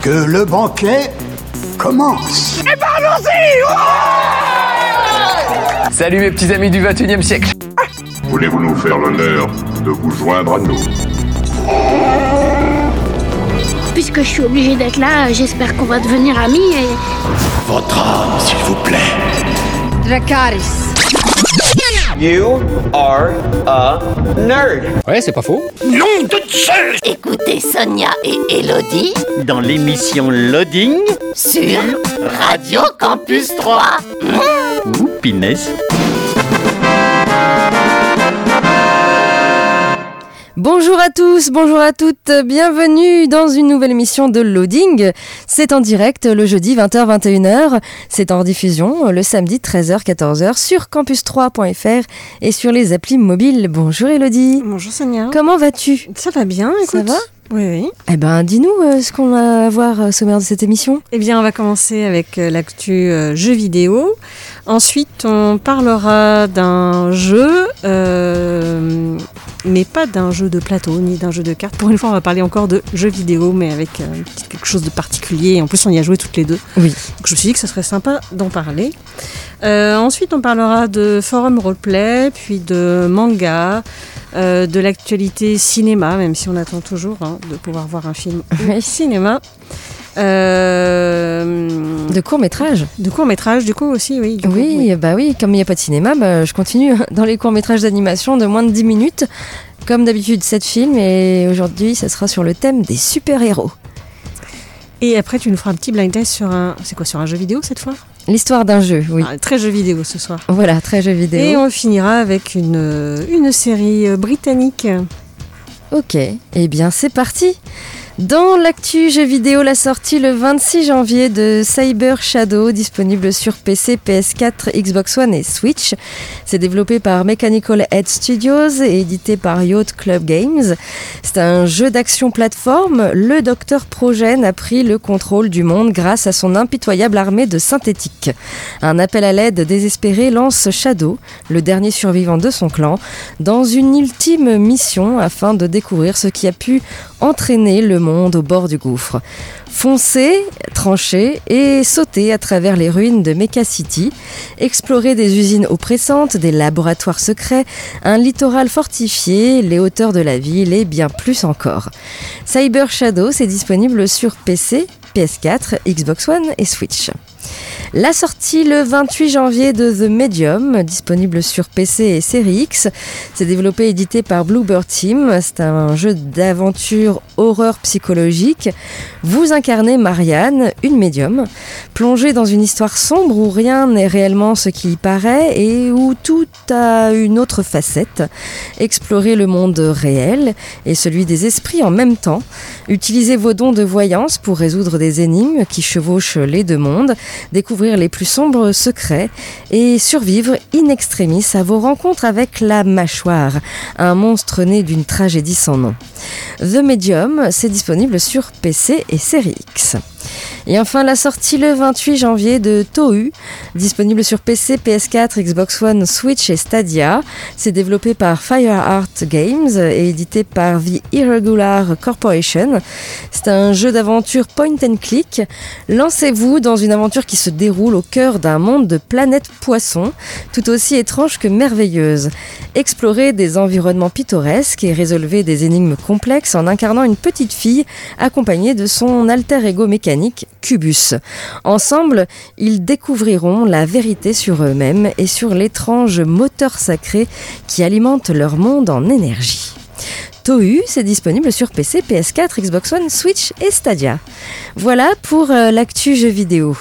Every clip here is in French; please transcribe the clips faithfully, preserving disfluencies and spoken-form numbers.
que le banquet commence. Et ben allons-y. Ouais. Salut mes petits amis du vingt et unième siècle. Voulez-vous nous faire l'honneur de vous joindre à nous? Puisque je suis obligée d'être là, j'espère qu'on va devenir amis et... Votre âme, s'il vous plaît. Dracarys. You are a nerd. Ouais, c'est pas faux. Nom de Zeus. Écoutez Sonia et Elodie dans l'émission Loading sur Radio Campus trois. Mmh. Ouh, pinesse. Bonjour à tous, bonjour à toutes, bienvenue dans une nouvelle émission de Loading. C'est en direct le jeudi vingt heures vingt et une heures, c'est en rediffusion le samedi treize heures quatorze heures sur campus trois point f r et sur les applis mobiles. Bonjour Elodie. Bonjour Sonia. Comment vas-tu? Ça va bien, écoute. Ça va? Oui, oui. Eh ben, dis-nous euh, ce qu'on va voir au sommaire de cette émission. Eh bien, on va commencer avec euh, l'actu euh, jeux vidéo. Ensuite, on parlera d'un jeu, euh, mais pas d'un jeu de plateau, ni d'un jeu de cartes. Pour une fois, on va parler encore de jeux vidéo, mais avec euh, quelque chose de particulier. En plus, on y a joué toutes les deux. Oui. Donc, je me suis dit que ce serait sympa d'en parler. Euh, ensuite, on parlera de forum roleplay, puis de manga, euh, de l'actualité cinéma, même si on attend toujours hein, de pouvoir voir un film oui. au cinéma. Euh, de court-métrage. De court-métrage, du coup aussi, oui. Du coup, oui, oui, bah oui, comme il n'y a pas de cinéma, bah, je continue dans les courts-métrages d'animation de moins de dix minutes. Comme d'habitude, sept films, et aujourd'hui, ça sera sur le thème des super-héros. Et après, tu nous feras un petit blind test sur un... C'est quoi, sur un jeu vidéo cette fois ? L'histoire d'un jeu, oui. Ah, très jeu vidéo ce soir. Voilà, très jeu vidéo. Et on finira avec une, une série britannique. Ok, eh bien c'est parti. Dans l'actu jeux vidéo, la sortie le vingt-six janvier de Cyber Shadow, disponible sur P C, P S quatre, Xbox One et Switch. C'est développé par Mechanical Head Studios et édité par Yacht Club Games. C'est un jeu d'action plateforme. Le docteur Progène a pris le contrôle du monde grâce à son impitoyable armée de synthétiques. Un appel à l'aide désespéré lance Shadow, le dernier survivant de son clan, dans une ultime mission afin de découvrir ce qui a pu entraîner le monde au bord du gouffre. Foncer, trancher et sauter à travers les ruines de Mecha City, explorer des usines oppressantes, des laboratoires secrets, un littoral fortifié, les hauteurs de la ville et bien plus encore. Cyber Shadow, c'est disponible sur P C, P S quatre, Xbox One et Switch. La sortie le vingt-huit janvier de The Medium, disponible sur P C et Série X. C'est développé et édité par Bluebird Team. C'est un jeu d'aventure horreur psychologique. Vous incarnez Marianne, une médium, plongée dans une histoire sombre où rien n'est réellement ce qui y paraît et où tout a une autre facette. Explorez le monde réel et celui des esprits en même temps. Utilisez vos dons de voyance pour résoudre des énigmes qui chevauchent les deux mondes. Découvrez les plus sombres secrets et survivre in extremis à vos rencontres avec la mâchoire, un monstre né d'une tragédie sans nom. The Medium, c'est disponible sur P C et Série X. Et enfin, la sortie le vingt-huit janvier de Touhou, disponible sur P C, P S quatre, Xbox One, Switch et Stadia. C'est développé par Fireheart Games et édité par The Irregular Corporation. C'est un jeu d'aventure point and click. Lancez-vous dans une aventure qui se déroule au cœur d'un monde de planètes poissons, tout aussi étrange que merveilleuse. Explorez des environnements pittoresques et résolvez des énigmes complexes en incarnant une petite fille accompagnée de son alter ego mécanique, Cubus. Ensemble, ils découvriront la vérité sur eux-mêmes et sur l'étrange moteur sacré qui alimente leur monde en énergie. Touhou, c'est disponible sur P C, P S quatre, Xbox One, Switch et Stadia. Voilà pour euh, l'actu jeux vidéo.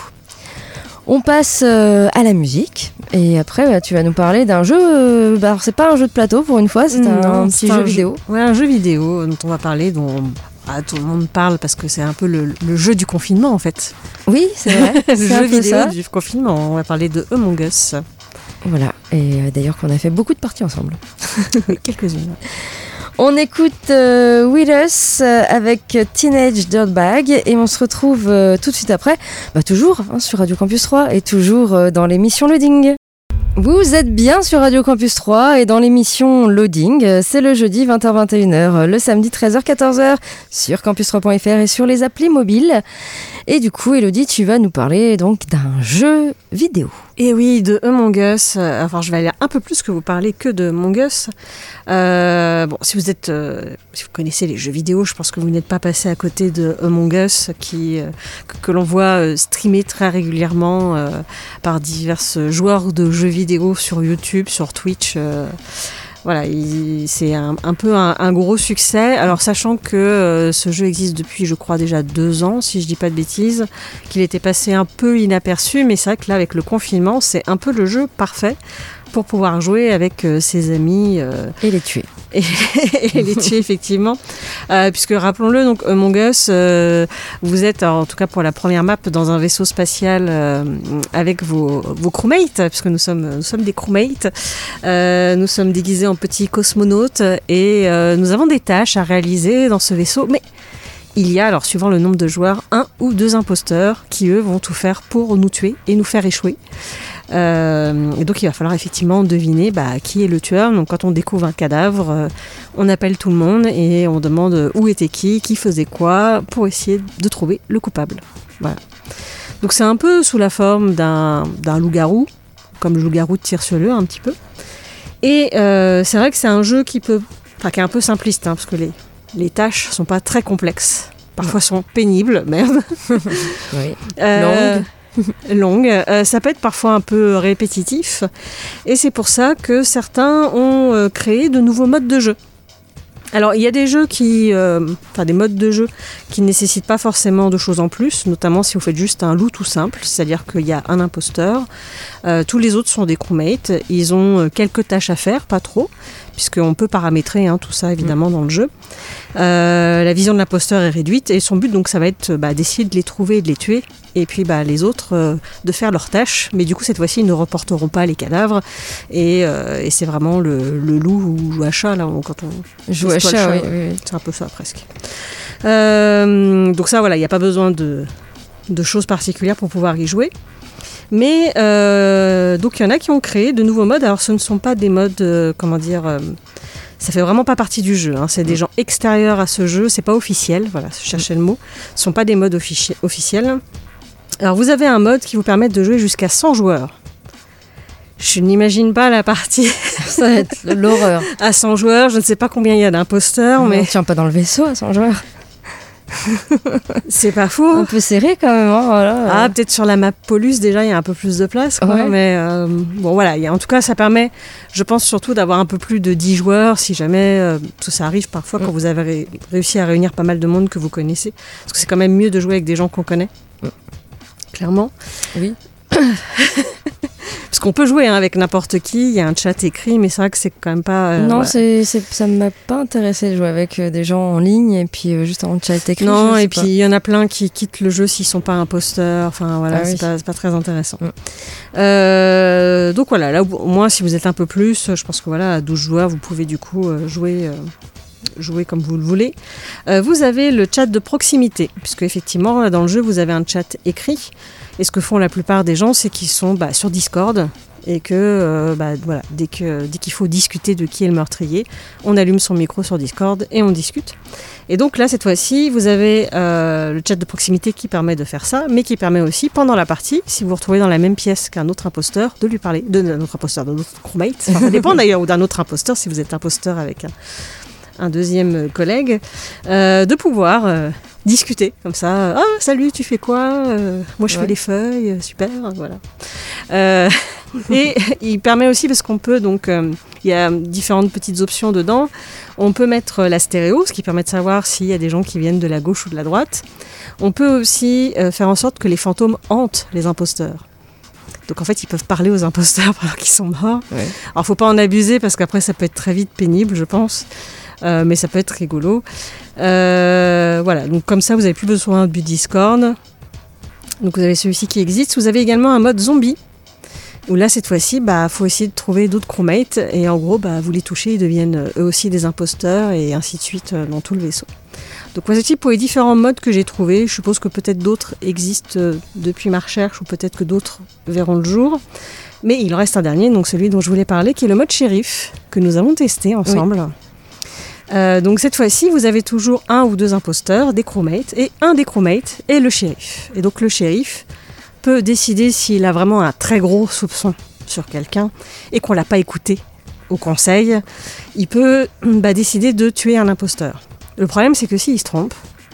On passe euh, à la musique et après bah, tu vas nous parler d'un jeu, euh, bah, alors c'est pas un jeu de plateau pour une fois, c'est un, non, un petit c'est jeu un vidéo. Jeu, ouais, un jeu vidéo dont on va parler, dont ah, tout le monde parle parce que c'est un peu le, le jeu du confinement en fait. Oui, c'est vrai. le c'est jeu un peu vidéo ça. du confinement, on va parler de Among Us. Voilà, et euh, d'ailleurs qu'on a fait beaucoup de parties ensemble. Quelques-unes. On écoute euh, With Us euh, avec Teenage Dirtbag et on se retrouve euh, tout de suite après, bah, toujours hein, sur Radio Campus trois et toujours euh, dans l'émission Loading. Vous êtes bien sur Radio Campus trois et dans l'émission Loading, c'est le jeudi vingt heures vingt et une heures, le samedi treize heures quatorze heures sur campus trois point f r et sur les applis mobiles. Et du coup, Elodie, tu vas nous parler donc d'un jeu vidéo. Et oui, de Among Us. Enfin, je vais aller un peu plus que vous parler que de Among Us. Euh, bon, si vous êtes, euh, si vous connaissez les jeux vidéo, je pense que vous n'êtes pas passé à côté de Among Us, qui euh, que, que l'on voit euh, streamer très régulièrement euh, par divers joueurs de jeux vidéo sur YouTube, sur Twitch. Euh, Voilà, il, c'est un, un peu un, un gros succès. Alors, sachant que euh, ce jeu existe depuis, je crois, déjà deux ans, si je dis pas de bêtises, qu'il était passé un peu inaperçu, mais c'est vrai que là, avec le confinement, c'est un peu le jeu parfait pour pouvoir jouer avec euh, ses amis. Euh, et les tuer. Et, et les tuer, effectivement. Euh, puisque, rappelons-le, donc Among Us, euh, vous êtes, en tout cas pour la première map, dans un vaisseau spatial euh, avec vos, vos crewmates, puisque nous sommes, nous sommes des crewmates. Euh, nous sommes déguisés en petits cosmonautes et euh, nous avons des tâches à réaliser dans ce vaisseau. Mais il y a, alors suivant le nombre de joueurs, un ou deux imposteurs qui, eux, vont tout faire pour nous tuer et nous faire échouer. Euh, et donc il va falloir effectivement deviner bah, qui est le tueur. Donc quand on découvre un cadavre, euh, on appelle tout le monde et on demande où était qui, qui faisait quoi, pour essayer de trouver le coupable. Voilà. Donc c'est un peu sous la forme d'un, d'un loup-garou, comme le loup-garou de Tire-sur-le un petit peu. Et euh, c'est vrai que c'est un jeu qui peut, enfin qui est un peu simpliste, hein, parce que les, les tâches sont pas très complexes. Parfois sont pénibles, merde. Oui. Euh, Longue. longue. Euh, ça peut être parfois un peu répétitif. Et c'est pour ça que certains ont euh, créé de nouveaux modes de jeu. Alors, il y a des jeux qui, euh, enfin des modes de jeu qui ne nécessitent pas forcément de choses en plus, notamment si vous faites juste un loup tout simple, c'est-à-dire qu'il y a un imposteur. Euh, tous les autres sont des crewmates. Ils ont quelques tâches à faire, pas trop, puisqu'on peut paramétrer hein, tout ça évidemment mmh. dans le jeu. Euh, la vision de l'imposteur est réduite et son but donc ça va être bah, d'essayer de les trouver et de les tuer. Et puis bah, les autres euh, de faire leurs tâches, mais du coup cette fois-ci ils ne reporteront pas les cadavres et, euh, et c'est vraiment le, le loup ou à chat là quand on joue à chat, oui, oui, oui. C'est un peu ça presque. Euh, donc ça voilà, il n'y a pas besoin de, de choses particulières pour pouvoir y jouer. Mais euh, donc il y en a qui ont créé de nouveaux modes. Alors ce ne sont pas des modes, euh, comment dire, euh, ça fait vraiment pas partie du jeu. Hein. C'est des gens extérieurs à ce jeu. C'est pas officiel. Voilà, je cherchais le mot. Ce sont pas des modes offici- officiels. Alors vous avez un mode qui vous permet de jouer jusqu'à cent joueurs. Je n'imagine pas la partie. Ça va être l'horreur. À cent joueurs, je ne sais pas combien il y a d'imposteurs, mais. On ne tient pas dans le vaisseau à cent joueurs. C'est pas faux. Un peu serré quand même. Hein, voilà. Ah, peut-être sur la map Polus déjà il y a un peu plus de place, quoi. Ouais. Mais euh, bon voilà, y a, en tout cas ça permet, je pense surtout d'avoir un peu plus de dix joueurs si jamais, euh, tout ça arrive parfois mm. quand vous avez ré- réussi à réunir pas mal de monde que vous connaissez. Parce que c'est quand même mieux de jouer avec des gens qu'on connaît. Mm. Clairement. Oui. Parce qu'on peut jouer hein, avec n'importe qui, il y a un chat écrit, mais c'est vrai que c'est quand même pas... Euh, non, voilà. c'est, c'est, ça ne m'a pas intéressé de jouer avec euh, des gens en ligne et puis euh, juste en chat écrit. Non, et puis il y en a plein qui quittent le jeu s'ils ne sont pas imposteurs, enfin voilà, ah, c'est, oui. pas, c'est pas très intéressant. Mm. Euh, donc voilà, là au moins si vous êtes un peu plus, je pense que voilà, à douze joueurs, vous pouvez du coup euh, jouer... Euh, jouer comme vous le voulez. Euh, vous avez le chat de proximité, puisque effectivement dans le jeu vous avez un chat écrit, et ce que font la plupart des gens c'est qu'ils sont bah, sur Discord et que euh, bah, voilà, dès, que, dès qu'il faut discuter de qui est le meurtrier, on allume son micro sur Discord et on discute. Et donc là cette fois-ci vous avez euh, le chat de proximité qui permet de faire ça, mais qui permet aussi pendant la partie, si vous vous retrouvez dans la même pièce qu'un autre imposteur, de lui parler, de, d'un autre imposteur, d'un autre crewmate, enfin, ça dépend d'ailleurs, ou d'un autre imposteur si vous êtes imposteur avec un un deuxième collègue, euh, de pouvoir euh, discuter comme ça. Ah, salut, tu fais quoi euh, Moi, je ouais. fais les feuilles, super, voilà. Euh, et il permet aussi, parce qu'on peut, donc, euh, il y a différentes petites options dedans. On peut mettre la stéréo, ce qui permet de savoir s'il y a des gens qui viennent de la gauche ou de la droite. On peut aussi euh, faire en sorte que les fantômes hantent les imposteurs. Donc en fait, ils peuvent parler aux imposteurs pendant qu'ils sont morts. Ouais. Alors, faut pas en abuser, parce qu'après, ça peut être très vite pénible, je pense. Euh, mais ça peut être rigolo. Euh, voilà, donc comme ça, vous n'avez plus besoin du Discord. Donc vous avez celui-ci qui existe. Vous avez également un mode zombie. Où là, cette fois-ci, bah, faut essayer de trouver d'autres crewmates. Et en gros, bah, vous les touchez, ils deviennent eux aussi des imposteurs et ainsi de suite dans tout le vaisseau. Donc voici pour les différents modes que j'ai trouvés. Je suppose que peut-être d'autres existent depuis ma recherche ou peut-être que d'autres verront le jour. Mais il en reste un dernier, donc celui dont je voulais parler, qui est le mode shérif, que nous avons testé ensemble. Oui. Euh, donc cette fois-ci, vous avez toujours un ou deux imposteurs, des crewmates, et un des crewmates est le shérif. Et donc le shérif peut décider s'il a vraiment un très gros soupçon sur quelqu'un et qu'on ne l'a pas écouté au conseil, il peut bah, décider de tuer un imposteur. Le problème, c'est que s'il se trompe,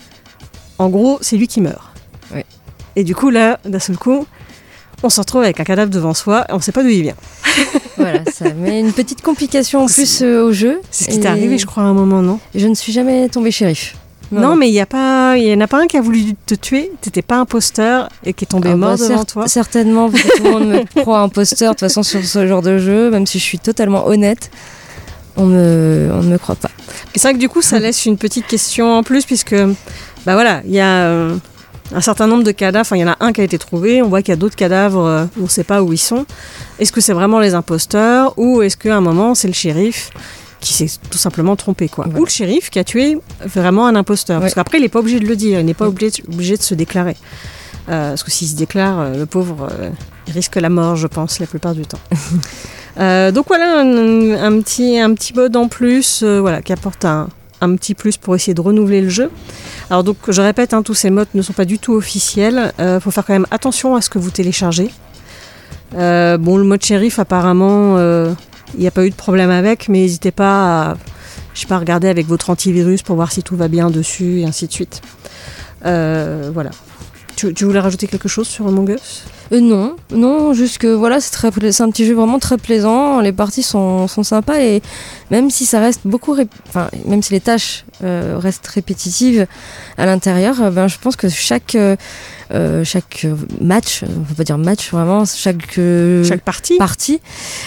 en gros, c'est lui qui meurt. Oui. Et du coup, là, d'un seul coup, on se retrouve avec un cadavre devant soi et on ne sait pas d'où il vient. Voilà, ça met une petite complication en plus euh, au jeu. C'est ce qui t'est arrivé, je crois, à un moment, non ? Je ne suis jamais tombée shérif. Non, non, mais il y a pas, il y en a pas un qui a voulu te tuer. T'étais pas imposteur et qui est tombé ah mort bah, devant cer- toi. Certainement, parce que tout le monde me croit imposteur. De toute façon, sur ce genre de jeu, même si je suis totalement honnête, on me, on ne me croit pas. Et c'est vrai que du coup, ça laisse une petite question en plus, puisque, bah voilà, il y a euh, un certain nombre de cadavres. Enfin, il y en a un qui a été trouvé. On voit qu'il y a d'autres cadavres euh, où on ne sait pas où ils sont. Est-ce que c'est vraiment les imposteurs ou est-ce qu'à un moment c'est le shérif qui s'est tout simplement trompé, quoi. Ouais. Ou le shérif qui a tué vraiment un imposteur. Ouais. Parce qu'après, il n'est pas obligé de le dire, il n'est pas ouais. obligé, obligé de se déclarer. Euh, parce que s'il se déclare, euh, le pauvre, euh, il risque la mort, je pense, la plupart du temps. euh, donc voilà, un, un, petit, un petit mode en plus, euh, voilà, qui apporte un, un petit plus pour essayer de renouveler le jeu. Alors donc, je répète, hein, tous ces modes ne sont pas du tout officiels. Il euh, faut faire quand même attention à ce que vous téléchargez. Euh, bon, le mode shérif, apparemment... Euh, il n'y a pas eu de problème avec, mais n'hésitez pas à, je sais pas, regarder avec votre antivirus pour voir si tout va bien dessus et ainsi de suite. Euh, voilà. Tu, tu voulais rajouter quelque chose sur Among Us ? euh, Non, non, juste que voilà, c'est, très, c'est un petit jeu vraiment très plaisant. Les parties sont, sont sympas et même si ça reste beaucoup, ré... enfin, même si les tâches euh, restent répétitives à l'intérieur, euh, ben, je pense que chaque euh, Euh, chaque match, on peut pas dire match vraiment, chaque, euh, chaque partie, partie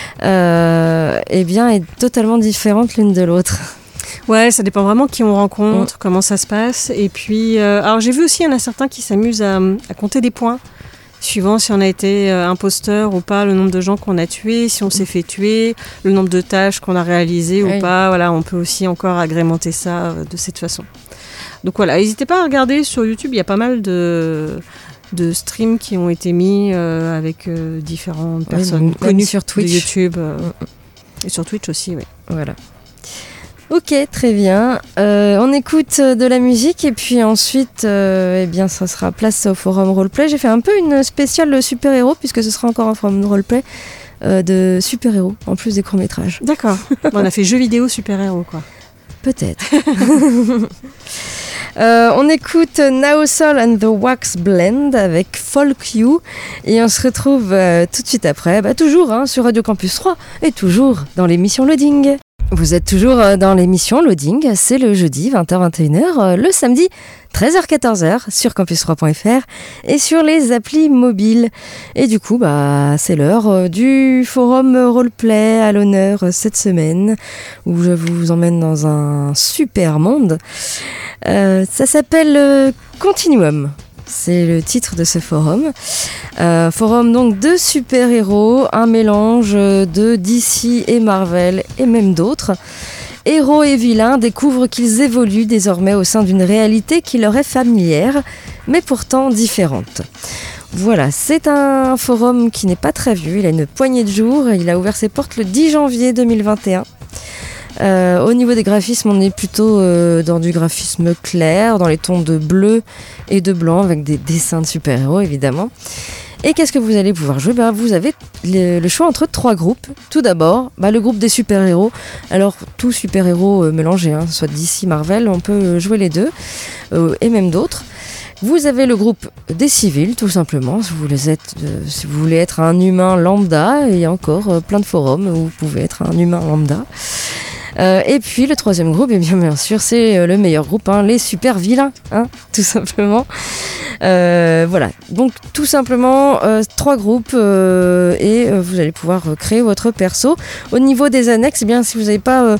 euh, eh bien, est totalement différente l'une de l'autre. Ouais, ça dépend vraiment qui on rencontre, mmh. comment ça se passe. Et puis, euh, alors j'ai vu aussi, il y en a certains qui s'amusent à, à compter des points, suivant si on a été euh, imposteur ou pas, le nombre de gens qu'on a tués, si on s'est fait tuer, le nombre de tâches qu'on a réalisées oui. ou pas. Voilà, on peut aussi encore agrémenter ça euh, de cette façon. Donc voilà, n'hésitez pas à regarder sur YouTube, il y a pas mal de, de streams qui ont été mis euh, avec euh, différentes oui, personnes connues sur Twitch. De YouTube euh, et sur Twitch aussi, oui. Voilà. Ok, très bien. Euh, on écoute de la musique et puis ensuite, euh, eh bien, ça sera place au forum roleplay. J'ai fait un peu une spéciale super-héros puisque ce sera encore un forum roleplay euh, de super-héros en plus des courts-métrages. D'accord. On a fait jeux vidéo super-héros, quoi. Peut-être. euh, on écoute Now Soul and the Wax Blend avec Folk You et on se retrouve euh, tout de suite après, bah, toujours hein, sur Radio Campus trois et toujours dans l'émission Loading. Vous êtes toujours dans l'émission Loading, c'est le jeudi vingt heures vingt et une heures, le samedi treize heures quatorze heures sur campus trois point f r et sur les applis mobiles. Et du coup, bah, c'est l'heure du forum roleplay à l'honneur cette semaine où je vous emmène dans un super monde. Euh, ça s'appelle euh, Continuum. C'est le titre de ce forum. Euh, forum donc de super-héros, un mélange de D C et Marvel et même d'autres. Héros et vilains découvrent qu'ils évoluent désormais au sein d'une réalité qui leur est familière, mais pourtant différente. Voilà, c'est un forum qui n'est pas très vieux, il a une poignée de jours, il a ouvert ses portes le dix janvier deux mille vingt et un. Euh, au niveau des graphismes, on est plutôt euh, dans du graphisme clair, dans les tons de bleu et de blanc, avec des dessins de super-héros évidemment. Et qu'est-ce que vous allez pouvoir jouer ? Ben, vous avez le, le choix entre trois groupes. Tout d'abord, ben, le groupe des super-héros. Alors, tous super-héros euh, mélangés, hein, soit D C, Marvel, on peut jouer les deux, euh, et même d'autres. Vous avez le groupe des civils, tout simplement, si vous voulez être, euh, si vous voulez être un humain lambda, et il y a encore euh, plein de forums où vous pouvez être un humain lambda. Euh, et puis le troisième groupe, eh bien, bien sûr, c'est euh, le meilleur groupe, hein, les super vilains, hein, tout simplement. Euh, voilà, donc tout simplement euh, trois groupes euh, et euh, vous allez pouvoir euh, créer votre perso. Au niveau des annexes, eh bien, si vous n'avez pas euh,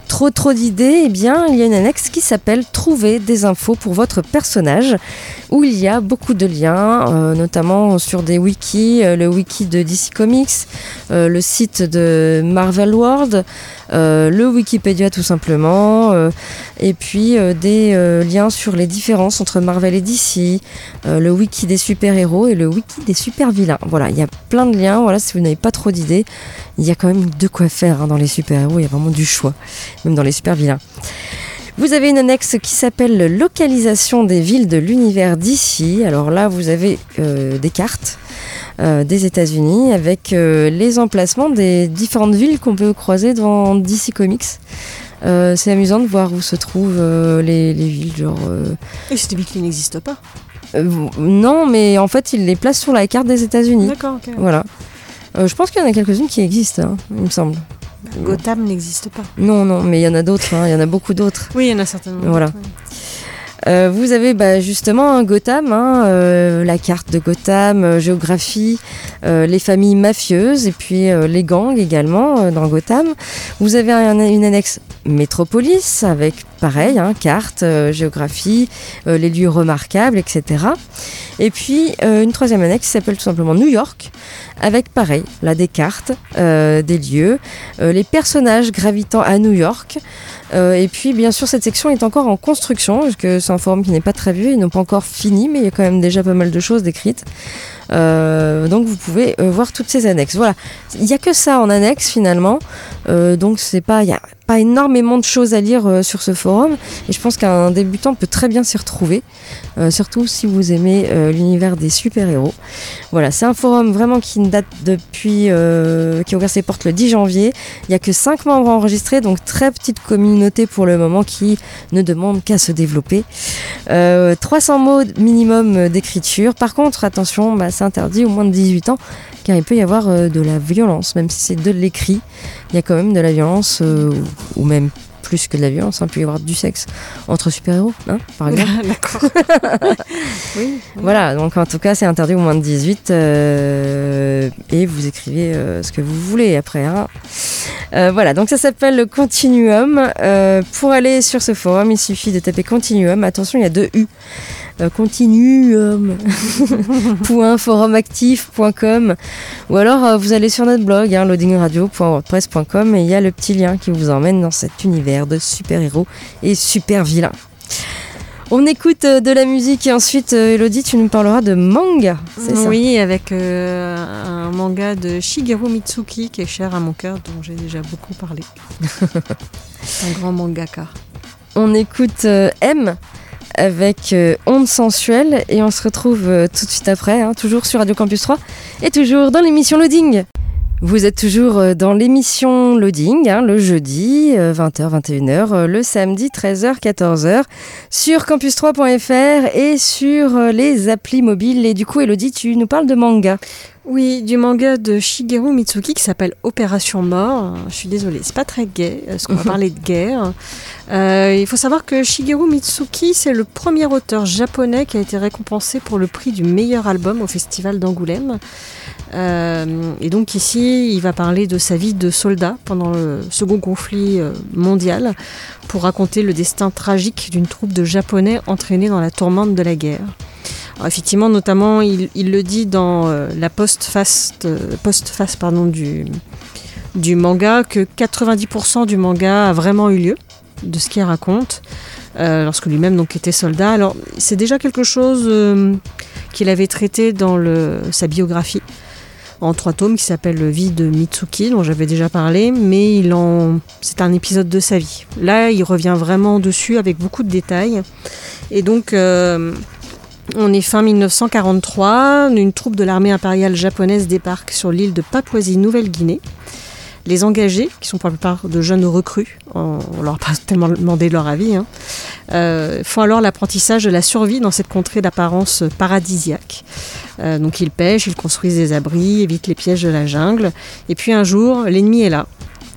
trop trop d'idées, eh bien il y a une annexe qui s'appelle « Trouver des infos pour votre personnage » où il y a beaucoup de liens, euh, notamment sur des wikis, euh, le wiki de D C Comics, euh, le site de Marvel World, euh, le Wikipédia tout simplement, euh, et puis euh, des euh, liens sur les différences entre Marvel et D C, euh, le wiki des super-héros et le wiki des super-vilains. Voilà, il y a plein de liens, voilà, si vous n'avez pas trop d'idées, il y a quand même de quoi faire hein, dans les super-héros, il y a vraiment du choix, même dans les super-vilains. Vous avez une annexe qui s'appelle « Localisation des villes de l'univers D C ». Alors là, vous avez euh, des cartes euh, des États-Unis avec euh, les emplacements des différentes villes qu'on peut croiser dans D C Comics. Euh, c'est amusant de voir où se trouvent euh, les, les villes, genre... Euh... Et c'est des villes qui n'existent pas. Euh, non, mais en fait, ils les placent sur la carte des États-Unis. D'accord, ok. Voilà. Euh, je pense qu'il y en a quelques-unes qui existent, hein, il me semble. Gotham n'existe pas. Non, non, mais il y en a d'autres, hein, il y en a beaucoup d'autres. Oui, il y en a certainement. Voilà. Oui. Euh, vous avez bah, justement un Gotham, hein, euh, la carte de Gotham, euh, géographie, euh, les familles mafieuses et puis euh, les gangs également euh, dans Gotham. Vous avez un, une annexe Métropolis avec pareil, hein, carte, euh, géographie, euh, les lieux remarquables, et cetera. Et puis euh, une troisième annexe qui s'appelle tout simplement New York avec pareil, là des cartes, euh, des lieux, euh, les personnages gravitant à New York. Euh, et puis bien sûr cette section est encore en construction parce que c'est un forum qui n'est pas très vieux, ils n'ont pas encore fini mais il y a quand même déjà pas mal de choses décrites. Euh, donc vous pouvez euh, voir toutes ces annexes. Voilà, il n'y a que ça en annexe finalement, euh, donc c'est pas, il n'y a pas énormément de choses à lire euh, sur ce forum et je pense qu'un débutant peut très bien s'y retrouver, euh, surtout si vous aimez euh, l'univers des super-héros. Voilà, c'est un forum vraiment qui date depuis, euh, qui a ouvert ses portes le dix janvier. Il n'y a que cinq membres enregistrés, donc très petite communauté pour le moment qui ne demande qu'à se développer. Euh, trois cents mots minimum d'écriture. Par contre, attention, bah, c'est interdit aux moins de dix-huit ans car il peut y avoir euh, de la violence, même si c'est de l'écrit, il y a quand même de la violence, euh, ou, ou même plus que de la violence, hein, il peut y avoir du sexe entre super-héros, hein, par exemple. D'accord. oui, oui. Voilà, donc en tout cas c'est interdit aux moins de dix-huit euh, et vous écrivez euh, ce que vous voulez après. Hein. Euh, voilà, donc ça s'appelle le Continuum. Euh, pour aller sur ce forum, il suffit de taper Continuum. Attention, il y a deux U. Euh, continuum point forumactif point com ou alors euh, vous allez sur notre blog hein, loading radio point wordpress point com et il y a le petit lien qui vous emmène dans cet univers de super-héros et super-vilains. On écoute euh, de la musique et ensuite euh, Elodie, tu nous parleras de manga, c'est ça? Oui, avec euh, un manga de Shigeru Mitsuki qui est cher à mon cœur, dont j'ai déjà beaucoup parlé. C'est un grand mangaka. On écoute euh, M avec euh, Ondes Sensuelles et on se retrouve euh, tout de suite après, hein, toujours sur Radio Campus trois et toujours dans l'émission Loading. Vous êtes toujours euh, dans l'émission Loading, hein, le jeudi, euh, vingt heures, vingt et une heures, euh, le samedi, treize heures, quatorze heures, sur campus trois point f r et sur euh, les applis mobiles. Et du coup, Elodie, tu nous parles de manga. Oui, du manga de Shigeru Mitsuki qui s'appelle Opération Mort. Je suis désolée, c'est pas très gai, parce qu'on va parler de guerre. Euh, il faut savoir que Shigeru Mitsuki, c'est le premier auteur japonais qui a été récompensé pour le prix du meilleur album au Festival d'Angoulême. Euh, et donc ici, il va parler de sa vie de soldat pendant le second conflit mondial pour raconter le destin tragique d'une troupe de Japonais entraînés dans la tourmente de la guerre. Alors effectivement, notamment, il, il le dit dans euh, la postface, euh, postface pardon, du, du manga que quatre-vingt-dix pour cent du manga a vraiment eu lieu, de ce qu'il raconte, euh, lorsque lui-même donc, était soldat. Alors, c'est déjà quelque chose euh, qu'il avait traité dans le, sa biographie, en trois tomes, qui s'appelle « Vie de Mitsuki », dont j'avais déjà parlé, mais il en... c'est un épisode de sa vie. Là, il revient vraiment dessus avec beaucoup de détails. Et donc... Euh, on est fin dix-neuf cent quarante-trois, une troupe de l'armée impériale japonaise débarque sur l'île de Papouasie-Nouvelle-Guinée. Les engagés, qui sont pour la plupart de jeunes recrues, on ne leur a pas tellement demandé leur avis, hein, euh, font alors l'apprentissage de la survie dans cette contrée d'apparence paradisiaque. Euh, donc ils pêchent, ils construisent des abris, évitent les pièges de la jungle. Et puis un jour, l'ennemi est là.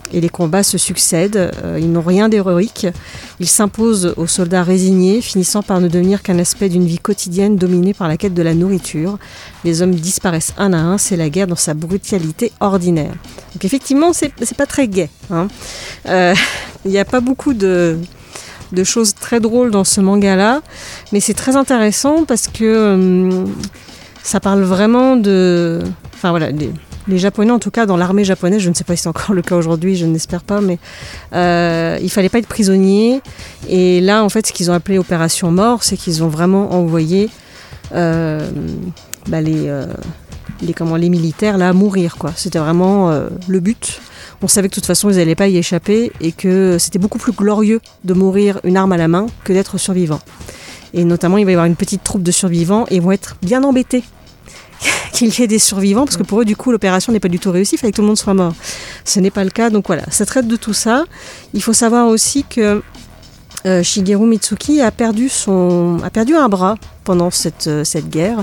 et les combats se succèdent. Euh, ils n'ont rien d'héroïque. Ils s'imposent aux soldats résignés, finissant par ne devenir qu'un aspect d'une vie quotidienne dominée par la quête de la nourriture. Les hommes disparaissent un à un, c'est la guerre dans sa brutalité ordinaire. Donc effectivement, c'est, c'est pas très gai. Hein. Euh, il n'y a pas beaucoup de... de choses très drôles dans ce manga-là, mais c'est très intéressant parce que euh, ça parle vraiment de... Enfin voilà, les, les Japonais, en tout cas dans l'armée japonaise, je ne sais pas si c'est encore le cas aujourd'hui, je n'espère pas, mais euh, il fallait pas être prisonnier. Et là, en fait, ce qu'ils ont appelé Opération Mort, c'est qu'ils ont vraiment envoyé euh, bah, les, euh, les, comment, les militaires là, à mourir, quoi. C'était vraiment euh, le but. On savait que de toute façon, ils n'allaient pas y échapper et que c'était beaucoup plus glorieux de mourir une arme à la main que d'être survivant. Et notamment, il va y avoir une petite troupe de survivants et ils vont être bien embêtés qu'il y ait des survivants parce que pour eux, du coup, l'opération n'est pas du tout réussie, il fallait que tout le monde soit mort. Ce n'est pas le cas, donc voilà, ça traite de tout ça. Il faut savoir aussi que euh, Shigeru Mitsuki a perdu, son, a perdu un bras pendant cette, cette guerre,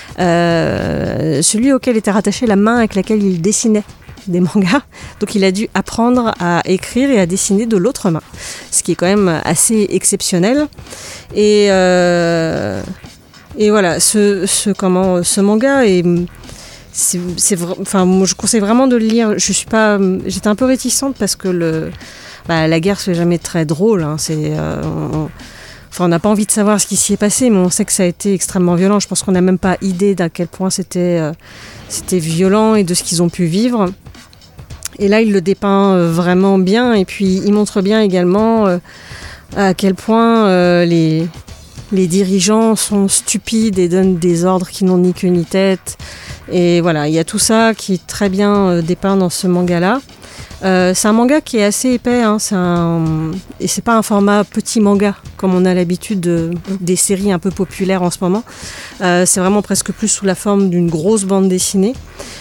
euh, celui auquel était rattachée la main avec laquelle il dessinait des mangas, donc il a dû apprendre à écrire et à dessiner de l'autre main, ce qui est quand même assez exceptionnel. Et, euh, et voilà, ce, ce, comment, ce manga est, c'est, c'est, enfin, moi, je conseille vraiment de le lire. Je suis pas, j'étais un peu réticente parce que le, bah, la guerre c'est jamais très drôle. Hein, c'est, euh, on, Enfin, on n'a pas envie de savoir ce qui s'y est passé, mais on sait que ça a été extrêmement violent. Je pense qu'on n'a même pas idée d'à quel point c'était, euh, c'était violent et de ce qu'ils ont pu vivre. Et là, il le dépeint euh, vraiment bien. Et puis, il montre bien également euh, à quel point euh, les, les dirigeants sont stupides et donnent des ordres qui n'ont ni queue ni tête. Et voilà, il y a tout ça qui est très bien euh, dépeint dans ce manga-là. Euh, c'est un manga qui est assez épais, hein, c'est un... et c'est pas un format petit manga comme on a l'habitude de... des séries un peu populaires en ce moment. Euh, c'est vraiment presque plus sous la forme d'une grosse bande dessinée.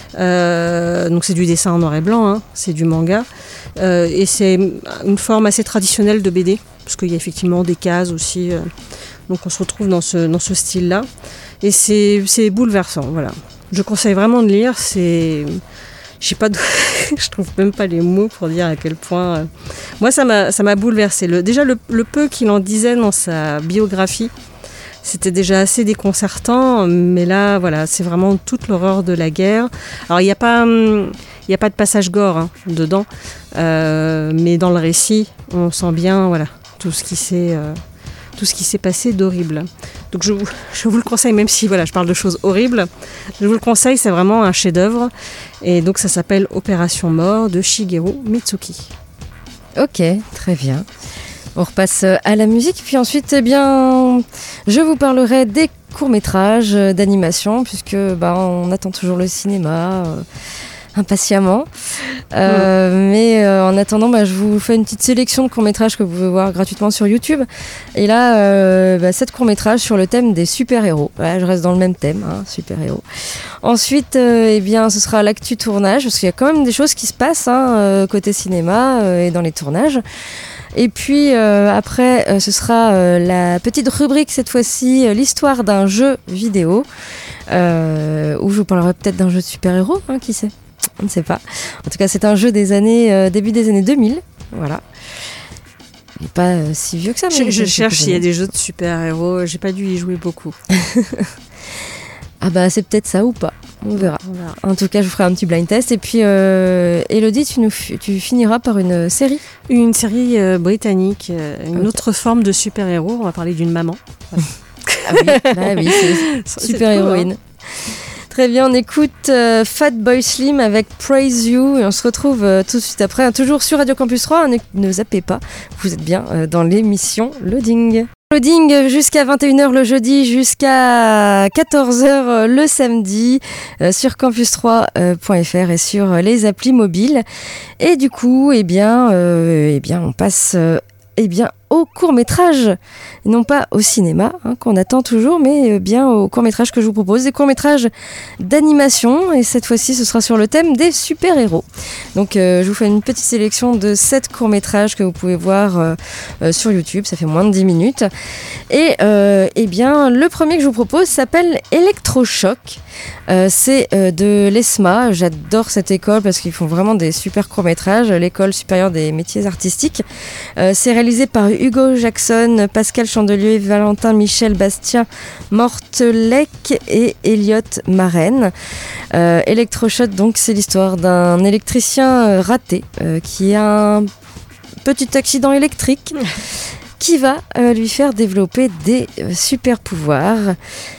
Euh, donc c'est du dessin en noir et blanc, hein, c'est du manga. Euh, et c'est une forme assez traditionnelle de B D, parce qu'il y a effectivement des cases aussi. Euh, donc on se retrouve dans ce, dans ce style-là. Et c'est, c'est bouleversant, voilà. Je conseille vraiment de lire, c'est... J'ai pas de... je trouve même pas les mots pour dire à quel point... Euh... Moi, ça m'a, ça m'a bouleversée. Le... Déjà, le, le peu qu'il en disait dans sa biographie, c'était déjà assez déconcertant. Mais là, voilà, c'est vraiment toute l'horreur de la guerre. Alors, il n'y a pas... Hum... Il n'y a pas de passage gore hein, dedans. Euh... Mais dans le récit, on sent bien voilà, tout ce qui s'est... Euh... tout ce qui s'est passé d'horrible. Donc je vous, je vous le conseille, même si voilà, je parle de choses horribles, je vous le conseille, c'est vraiment un chef-d'œuvre. Et donc ça s'appelle Opération Mort de Shigeru Mitsuki. Ok, très bien. On repasse à la musique, puis ensuite, eh bien, je vous parlerai des courts-métrages d'animation, puisque bah, on attend toujours le cinéma. Euh... impatiemment euh, mmh. mais euh, en attendant bah, je vous fais une petite sélection de courts-métrages que vous pouvez voir gratuitement sur YouTube et là euh, bah, sept courts-métrages sur le thème des super-héros. Voilà, je reste dans le même thème, hein, super-héros. Ensuite euh, eh bien, ce sera l'actu tournage parce qu'il y a quand même des choses qui se passent hein, euh, côté cinéma euh, et dans les tournages. Et puis euh, après euh, ce sera euh, la petite rubrique cette fois-ci, euh, l'histoire d'un jeu vidéo euh, où je vous parlerai peut-être d'un jeu de super-héros, hein, qui sait. On ne sait pas. En tout cas, c'est un jeu des années, euh, début des années deux mille. Voilà. Il n'est pas euh, si vieux que ça. Mais je je cherche s'il y a des jeux de super-héros. J'ai pas dû y jouer beaucoup. Ah bah, c'est peut-être ça ou pas. On verra. On verra. En tout cas, je vous ferai un petit blind test. Et puis, euh, Elodie, tu, nous, tu finiras par une série. Une série euh, britannique. Euh, une okay. autre forme de super-héros. On va parler d'une maman. Voilà. Ah oui, bah oui c'est super-héroïne. Cool, hein. Très bien, on écoute euh, Fatboy Slim avec Praise You et on se retrouve euh, tout de suite après, hein, toujours sur Radio Campus trois. Ne, ne zappez pas, vous êtes bien euh, dans l'émission Loading. Loading jusqu'à vingt et une heures le jeudi, jusqu'à quatorze heures euh, le samedi euh, sur campus trois point f r et sur euh, les applis mobiles. Et du coup, eh bien, euh, eh bien on passe... Euh, eh bien, au court-métrage, non pas au cinéma, hein, qu'on attend toujours, mais bien au court-métrage que je vous propose, des courts-métrages d'animation, et cette fois-ci ce sera sur le thème des super-héros. Donc euh, je vous fais une petite sélection de sept courts-métrages que vous pouvez voir euh, euh, sur YouTube, ça fait moins de dix minutes. Et euh, eh bien, le premier que je vous propose s'appelle Electrochoc. Euh, c'est euh, de l'E S M A. J'adore cette école parce qu'ils font vraiment des super courts-métrages, l'école supérieure des métiers artistiques. Euh, c'est réalisé par Hugo Jackson, Pascal Chandelier, Valentin Michel Bastien Mortelec et Elliot Marraine. Euh, Electrochoc, donc, c'est l'histoire d'un électricien euh, raté euh, qui a un petit accident électrique qui va euh, lui faire développer des euh, super pouvoirs.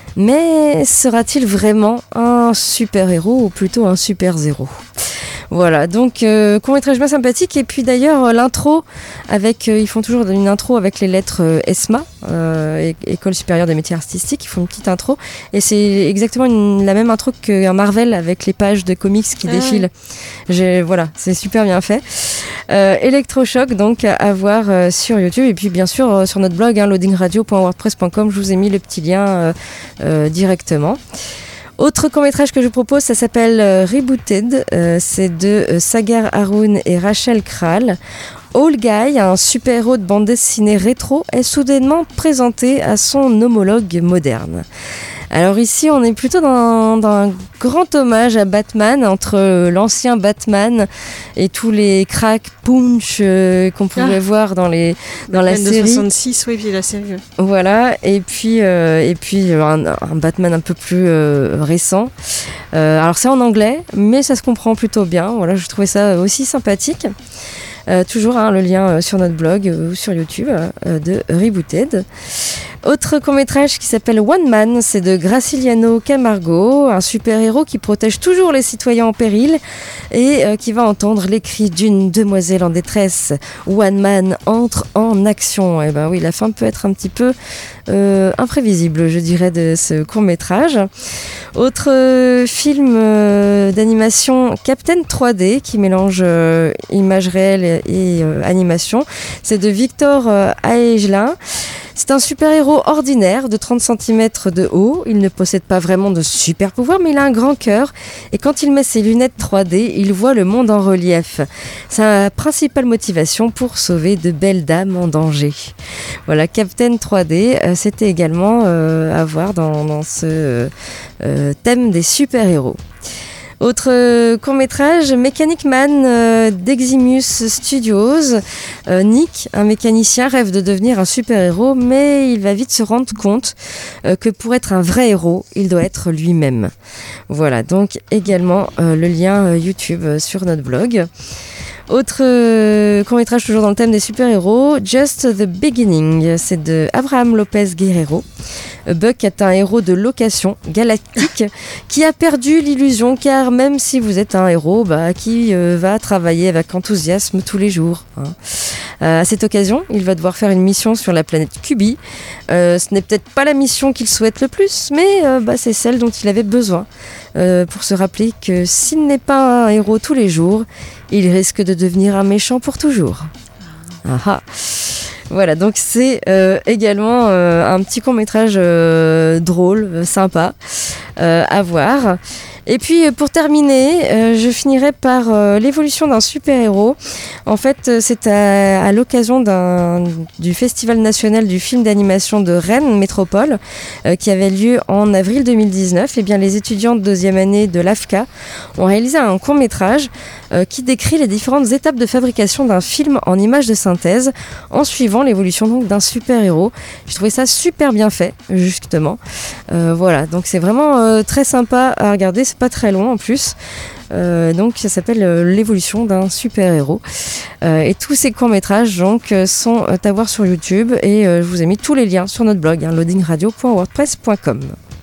Mais sera-t-il vraiment un super-héros ou plutôt un super-zéro ? Voilà, donc euh, court-métrage bien sympathique. Et puis d'ailleurs, euh, l'intro, avec, euh, ils font toujours une intro avec les lettres euh, E S M A, euh, École supérieure des métiers artistiques. Ils font une petite intro. Et c'est exactement une, la même intro qu'un Marvel avec les pages de comics qui ah défilent. J'ai, voilà, c'est super bien fait. Euh, Electrochoc, donc à voir euh, sur YouTube. Et puis bien sûr, euh, sur notre blog, hein, loading radio point wordpress point com, je vous ai mis le petit lien euh, euh, directement. Autre court-métrage que je propose, ça s'appelle euh, Rebooted. Euh, c'est de euh, Sagar Haroun et Rachel Kral. All Guy, un super-héros de bande dessinée rétro, est soudainement présenté à son homologue moderne. Alors ici, on est plutôt dans, dans un grand hommage à Batman, entre l'ancien Batman et tous les cracks punch euh, qu'on pouvait ah. voir dans, les, dans la série. de soixante-six, oui, puis la série. Voilà, et puis, euh, et puis un, un Batman un peu plus euh, récent. Euh, alors c'est en anglais, mais ça se comprend plutôt bien. Voilà, je trouvais ça aussi sympathique. Euh, toujours hein, le lien euh, sur notre blog euh, ou sur YouTube euh, de Rebooted. Autre court-métrage qui s'appelle One Man, c'est de Graciliano Camargo, un super-héros qui protège toujours les citoyens en péril et euh, qui va entendre les cris d'une demoiselle en détresse. One Man entre en action. Et ben oui, la fin peut être un petit peu euh, imprévisible, je dirais, de ce court-métrage. Autre euh, film euh, d'animation, Captain trois D, qui mélange euh, images réelles et, et euh, animation. C'est de Victor euh, Aegelin. C'est un super-héros ordinaire de trente centimètres de haut. Il ne possède pas vraiment de super pouvoirs, mais il a un grand cœur. Et quand il met ses lunettes trois D, il voit le monde en relief. Sa principale motivation pour sauver de belles dames en danger. Voilà, Captain trois D, euh, c'était également euh, à voir dans, dans ce euh, thème des super-héros. Autre euh, court-métrage, Mechanic Man euh, d'Eximus Studios. Euh, Nick, un mécanicien, rêve de devenir un super-héros, mais il va vite se rendre compte euh, que pour être un vrai héros, il doit être lui-même. Voilà, donc également euh, le lien euh, YouTube euh, sur notre blog. Autre euh, court-métrage toujours dans le thème des super-héros, Just the Beginning, c'est de Abraham Lopez Guerrero. Buck est un héros de location galactique qui a perdu l'illusion, car même si vous êtes un héros, bah, qui euh, va travailler avec enthousiasme tous les jours. Hein. Euh, à cette occasion, il va devoir faire une mission sur la planète Kubi. Euh, ce n'est peut-être pas la mission qu'il souhaite le plus, mais euh, bah, c'est celle dont il avait besoin euh, pour se rappeler que s'il n'est pas un héros tous les jours, il risque de devenir un méchant pour toujours. Ah ah. Voilà, donc c'est euh, également euh, un petit court-métrage euh, drôle, euh, sympa euh, à voir. Et puis pour terminer, euh, je finirai par euh, l'évolution d'un super-héros. En fait, c'est à, à l'occasion d'un, du Festival national du film d'animation de Rennes Métropole euh, qui avait lieu en avril deux mille dix-neuf. Et bien, les étudiants de deuxième année de l'A F C A ont réalisé un court-métrage euh, qui décrit les différentes étapes de fabrication d'un film en images de synthèse en suivant l'évolution donc d'un super-héros. J'ai trouvé ça super bien fait, justement. Euh, voilà, donc c'est vraiment euh, très sympa à regarder. C'est pas très long en plus. Euh, donc ça s'appelle euh, l'évolution d'un super-héros. Euh, et tous ces courts-métrages donc, euh, sont euh, à voir sur YouTube et euh, je vous ai mis tous les liens sur notre blog, hein, loading radio point wordpress point com.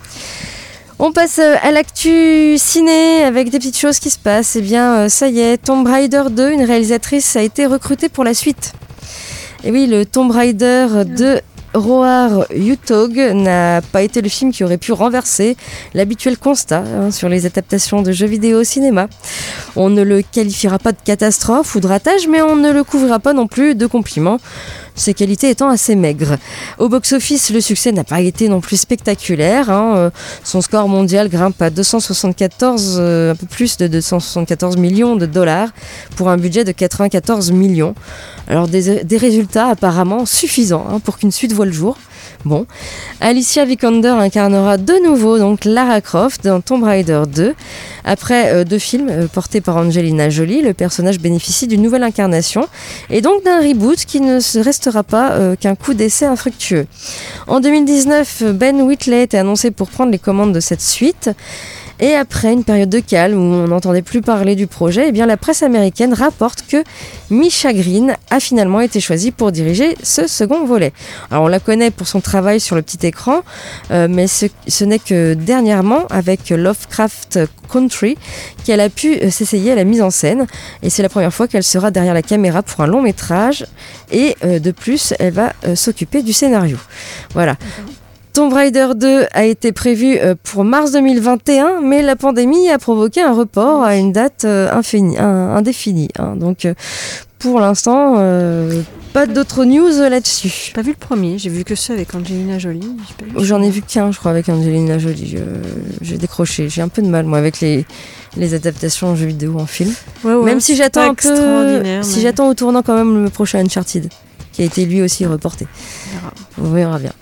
On passe à l'actu ciné avec des petites choses qui se passent. Eh bien, euh, ça y est, Tomb Raider deux, une réalisatrice a été recrutée pour la suite. Et oui, le Tomb Raider de Roar Utog n'a pas été le film qui aurait pu renverser l'habituel constat hein, sur les adaptations de jeux vidéo au cinéma. On ne le qualifiera pas de catastrophe ou de ratage, mais on ne le couvrira pas non plus de compliments. ses qualités étant assez maigres. Au box-office, le succès n'a pas été non plus spectaculaire. Hein. Euh, son score mondial grimpe à deux cent soixante-quatorze, euh, un peu plus de deux cent soixante-quatorze millions de dollars pour un budget de quatre-vingt-quatorze millions. Alors des, des résultats apparemment suffisants hein, pour qu'une suite voie le jour. Bon, Alicia Vikander incarnera de nouveau donc Lara Croft dans Tomb Raider deux. Après euh, deux films euh, portés par Angelina Jolie, le personnage bénéficie d'une nouvelle incarnation et donc d'un reboot qui ne se restera pas euh, qu'un coup d'essai infructueux. En deux mille dix-neuf, Ben Wheatley était annoncé pour prendre les commandes de cette suite. Et après une période de calme où on n'entendait plus parler du projet, eh bien la presse américaine rapporte que Misha Green a finalement été choisie pour diriger ce second volet. Alors on la connaît pour son travail sur le petit écran, euh, mais ce, ce n'est que dernièrement, avec Lovecraft Country, qu'elle a pu euh, s'essayer à la mise en scène. Et c'est la première fois qu'elle sera derrière la caméra pour un long métrage. Et euh, de plus, elle va euh, s'occuper du scénario. Voilà. Tomb Raider deux a été prévu pour mars deux mille vingt et un, mais la pandémie a provoqué un report à une date infini, indéfinie. Hein. Donc, pour l'instant, euh, pas d'autres news là-dessus. J'ai pas vu le premier, j'ai vu que ceux avec Angelina Jolie. J'en ai vu qu'un, je crois, avec Angelina Jolie. Je, j'ai décroché. J'ai un peu de mal, moi, avec les, les adaptations en jeux vidéo en film. Ouais, ouais, même si j'attends un peu, mais... si j'attends au tournant quand même le prochain Uncharted, qui a été lui aussi reporté. On verra bien.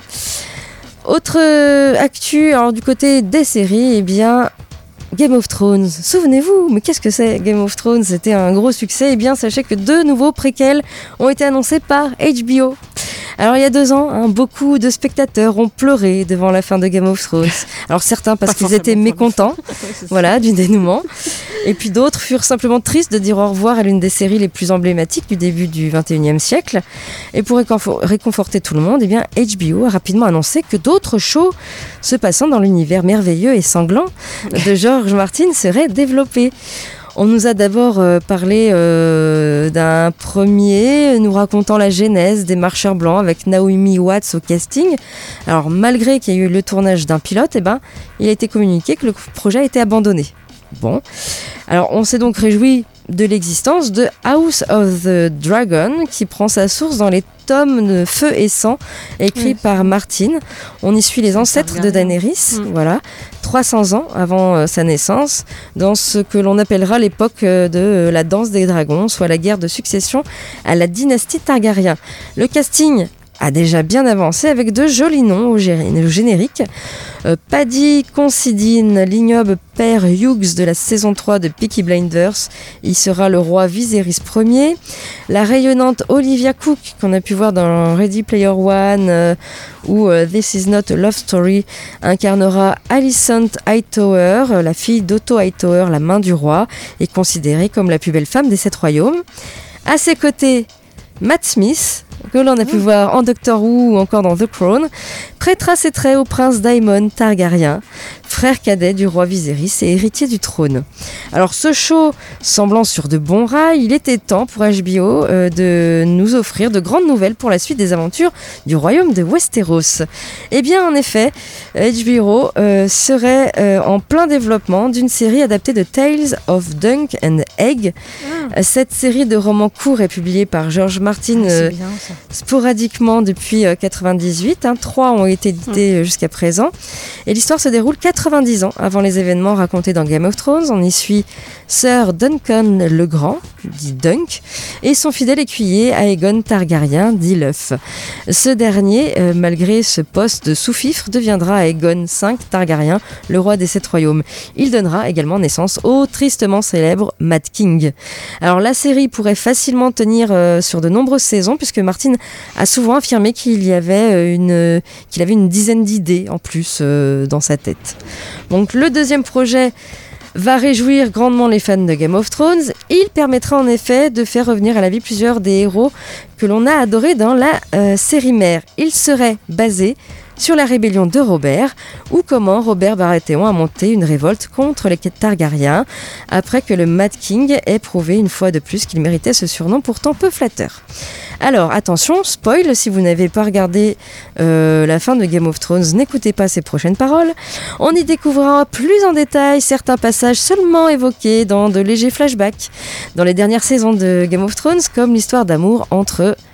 Autre actu, alors du côté des séries, eh bien Game of Thrones. Souvenez-vous, mais qu'est-ce que c'est Game of Thrones? C'était un gros succès. Eh bien, sachez que deux nouveaux préquels ont été annoncés par H B O. Alors il y a deux ans, hein, beaucoup de spectateurs ont pleuré devant la fin de Game of Thrones. Alors certains parce qu'ils étaient mécontents, voilà, du dénouement. Et puis d'autres furent simplement tristes de dire au revoir à l'une des séries les plus emblématiques du début du vingt et unième siècle. Et pour réconforter tout le monde, eh bien H B O a rapidement annoncé que d'autres shows se passant dans l'univers merveilleux et sanglant de George Martin seraient développés. On nous a d'abord euh, parlé euh, d'un premier nous racontant la genèse des Marcheurs Blancs avec Naomi Watts au casting. Alors malgré qu'il y ait eu le tournage d'un pilote, eh ben, il a été communiqué que le projet a été abandonné. Bon, alors on s'est donc réjoui de l'existence de House of the Dragon qui prend sa source dans les tomes de Feu et Sang écrits mmh. par Martin. On y suit les ancêtres de Daenerys, mmh. voilà, trois cents ans avant euh, sa naissance, dans ce que l'on appellera l'époque euh, de euh, la danse des dragons, soit la guerre de succession à la dynastie Targaryen. Le casting a déjà bien avancé avec de jolis noms au, gé- au générique. Euh, Paddy Considine, l'ignoble père Hughes de la saison trois de Peaky Blinders, il sera le roi Viserys Ier. La rayonnante Olivia Cook, qu'on a pu voir dans Ready Player One euh, ou euh, This Is Not a Love Story, incarnera Alicent Hightower, la fille d'Otto Hightower, la main du roi, et considérée comme la plus belle femme des sept royaumes. À ses côtés, Matt Smith, que l'on a pu voir en Doctor Who ou encore dans The Crown, prêtera ses traits au prince Daemon Targaryen, frère cadet du roi Viserys et héritier du trône. Alors ce show semblant sur de bons rails, il était temps pour H B O euh, de nous offrir de grandes nouvelles pour la suite des aventures du royaume de Westeros. Eh bien en effet, H B O euh, serait euh, en plein développement d'une série adaptée de Tales of Dunk and Egg. Ah. Cette série de romans courts est publiée par George Martin ah, euh, bien, sporadiquement depuis euh, quatre-vingt-dix-huit. Hein, trois ont été édités mmh. jusqu'à présent. Et l'histoire se déroule quatre-vingt-dix ans avant les événements racontés dans Game of Thrones. On y suit Sir Duncan le Grand, dit Dunk, et son fidèle écuyer Aegon Targaryen, dit l'œuf. Ce dernier, euh, malgré ce poste de sous-fifre, deviendra Aegon cinq Targaryen, le roi des sept royaumes. Il donnera également naissance au tristement célèbre Mad King. Alors la série pourrait facilement tenir euh, sur de nombreuses saisons, puisque Martin a souvent affirmé qu'il y avait une, euh, qu'il avait une dizaine d'idées en plus euh, dans sa tête. Donc le deuxième projet va réjouir grandement les fans de Game of Thrones. Il permettra en effet de faire revenir à la vie plusieurs des héros que l'on a adorés dans la euh, série mère. Il serait basé sur la rébellion de Robert, ou comment Robert Baratheon a monté une révolte contre les Targaryens, après que le Mad King ait prouvé une fois de plus qu'il méritait ce surnom pourtant peu flatteur. Alors attention, spoil, si vous n'avez pas regardé euh, la fin de Game of Thrones, n'écoutez pas ces prochaines paroles. On y découvrira plus en détail certains passages seulement évoqués dans de légers flashbacks dans les dernières saisons de Game of Thrones, comme l'histoire d'amour entre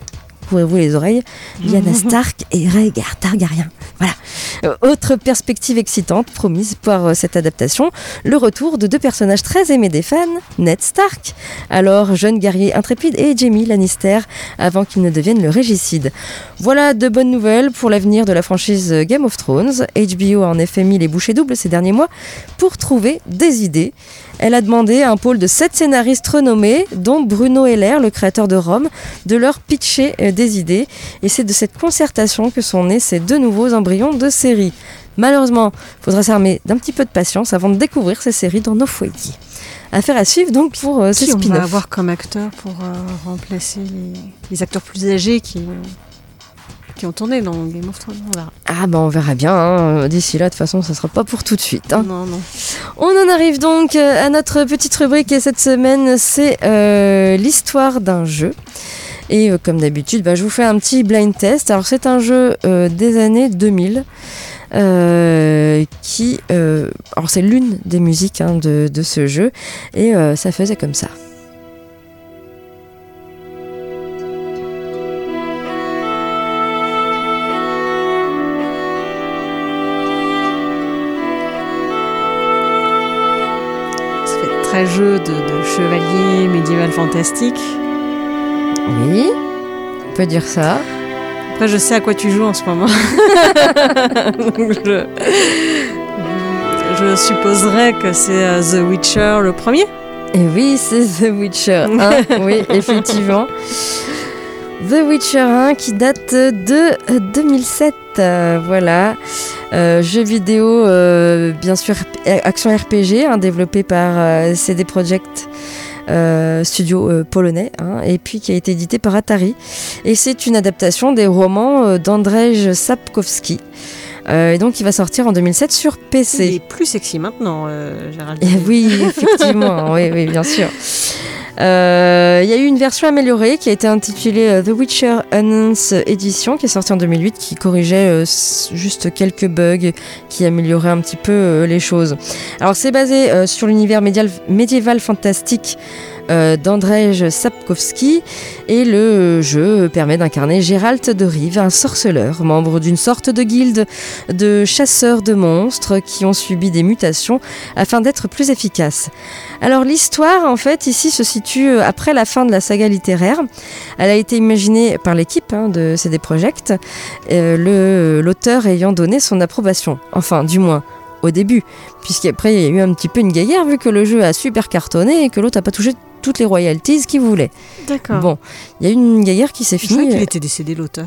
couvrez-vous les oreilles, Lyanna Stark et Rhaegar Targaryen. Voilà. Euh, autre perspective excitante promise par euh, cette adaptation, le retour de deux personnages très aimés des fans, Ned Stark, alors jeune guerrier intrépide, et Jaime Lannister, avant qu'il ne devienne le régicide. Voilà de bonnes nouvelles pour l'avenir de la franchise Game of Thrones. H B O a en effet mis les bouchées doubles ces derniers mois pour trouver des idées. Elle a demandé à un pôle de sept scénaristes renommés, dont Bruno Heller, le créateur de Rome, de leur pitcher euh, des idées. Et c'est de cette concertation que sont nés ces deux nouveaux embryons de série. Malheureusement, il faudra s'armer d'un petit peu de patience avant de découvrir ces séries dans nos foyers. Affaire à suivre donc pour euh, ces Qui on spin-offs. va avoir comme acteur pour euh, remplacer les, les acteurs plus âgés qui, qui ont tourné dans Game of Thrones. On verra. Ah bah on verra bien, hein. D'ici là de toute façon ça sera pas pour tout de suite. Hein. Non, non. On en arrive donc à notre petite rubrique et cette semaine c'est euh, l'histoire d'un jeu. Et euh, comme d'habitude bah, je vous fais un petit blind test. Alors c'est un jeu euh, des années deux mille. Euh, qui, euh, alors c'est l'une des musiques hein, de, de ce jeu et euh, ça faisait comme ça. Ça fait très jeu de, de chevalier médiéval fantastique. Oui, on peut dire ça. Après, je sais à quoi tu joues en ce moment. Donc, je, je supposerais que c'est uh, The Witcher le premier. Et oui, c'est The Witcher un. Oui, effectivement. The Witcher un qui date de deux mille sept. Euh, voilà. Euh, jeu vidéo, euh, bien sûr, action R P G, hein, développé par euh, C D Projekt. Euh, studio euh, polonais hein, et puis qui a été édité par Atari et c'est une adaptation des romans euh, d'Andrzej Sapkowski euh, et donc il va sortir en deux mille sept sur P C. Il est plus sexy maintenant euh, Gérald. Et oui effectivement oui, oui bien sûr. Il euh, y a eu une version améliorée qui a été intitulée euh, The Witcher Enhanced Edition qui est sortie en deux mille huit qui corrigeait euh, juste quelques bugs qui amélioraient un petit peu euh, les choses. Alors c'est basé euh, sur l'univers médial, médiéval fantastique euh, d'Andrzej Sapkowski et le jeu permet d'incarner Geralt de Rive, un sorceleur, membre d'une sorte de guilde de chasseurs de monstres qui ont subi des mutations afin d'être plus efficaces. Alors l'histoire en fait ici se situe après la fin de la saga littéraire. Elle a été imaginée par l'équipe hein, de C D Projekt, euh, le, l'auteur ayant donné son approbation, enfin du moins au début, puisqu'après il y a eu un petit peu une guéguerre vu que le jeu a super cartonné et que l'autre n'a pas touché toutes les royalties qu'il voulait. D'accord. Bon, il y a eu une guéguerre qui s'est finie. Je crois qu'il était décédé l'auteur.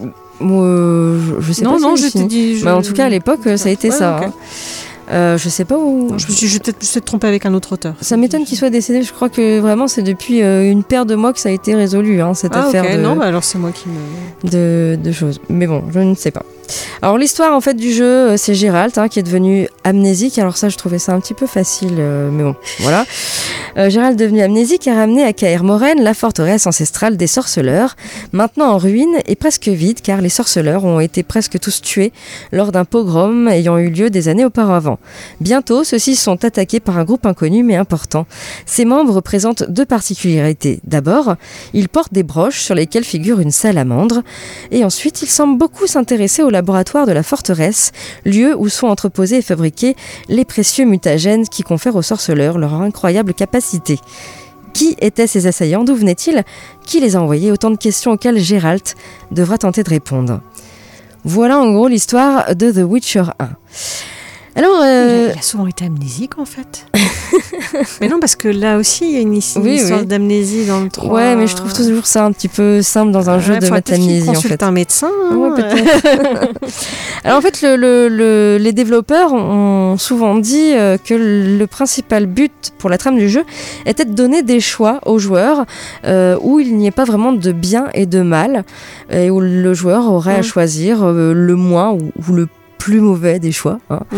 Euh, je, je sais non, pas. Non, si non, je t'ai dit. Je... Mais en tout cas à l'époque ça a été ouais, ça. Okay. Hein. Euh, je sais pas où. Non, je me suis je peut-être peut trompée avec un autre auteur. Ça m'étonne qu'il soit décédé. Je crois que vraiment c'est depuis euh, une paire de mois que ça a été résolu hein, cette ah, affaire. Okay. De, non, bah alors c'est moi qui me. De, de choses. Mais bon, je ne sais pas. Alors l'histoire en fait du jeu, c'est Geralt hein, qui est devenu amnésique. Alors ça, je trouvais ça un petit peu facile, euh, mais bon, voilà. Euh, Geralt devenu amnésique a ramené à Kaer Morhen la forteresse ancestrale des sorceleurs, maintenant en ruine et presque vide car les sorceleurs ont été presque tous tués lors d'un pogrom ayant eu lieu des années auparavant. Bientôt, ceux-ci sont attaqués par un groupe inconnu mais important. Ses membres présentent deux particularités. D'abord, ils portent des broches sur lesquelles figure une salamandre et ensuite, ils semblent beaucoup s'intéresser au laboratoire de la forteresse, lieu où sont entreposés et fabriqués les précieux mutagènes qui confèrent aux sorceleurs leur incroyable capacité. Qui étaient ces assaillants? D'où venaient-ils? Qui les a envoyés? Autant de questions auxquelles Geralt devra tenter de répondre. Voilà en gros l'histoire de The Witcher un. Alors, euh... il a souvent été amnésique en fait. Mais non, parce que là aussi il y a une, histoire, oui, une histoire oui. d'amnésie dans le trois. Ouais, mais je trouve toujours ça un petit peu simple dans un ouais, jeu de mettre amnésie en fait. Un médecin. Hein, ouais, peut-être. Alors en fait, le, le, le, les développeurs ont souvent dit euh, que le principal but pour la trame du jeu était de donner des choix aux joueurs euh, où il n'y ait pas vraiment de bien et de mal et où le joueur aurait mmh. à choisir euh, le moins ou, ou le plus mauvais des choix. Hein. Mmh.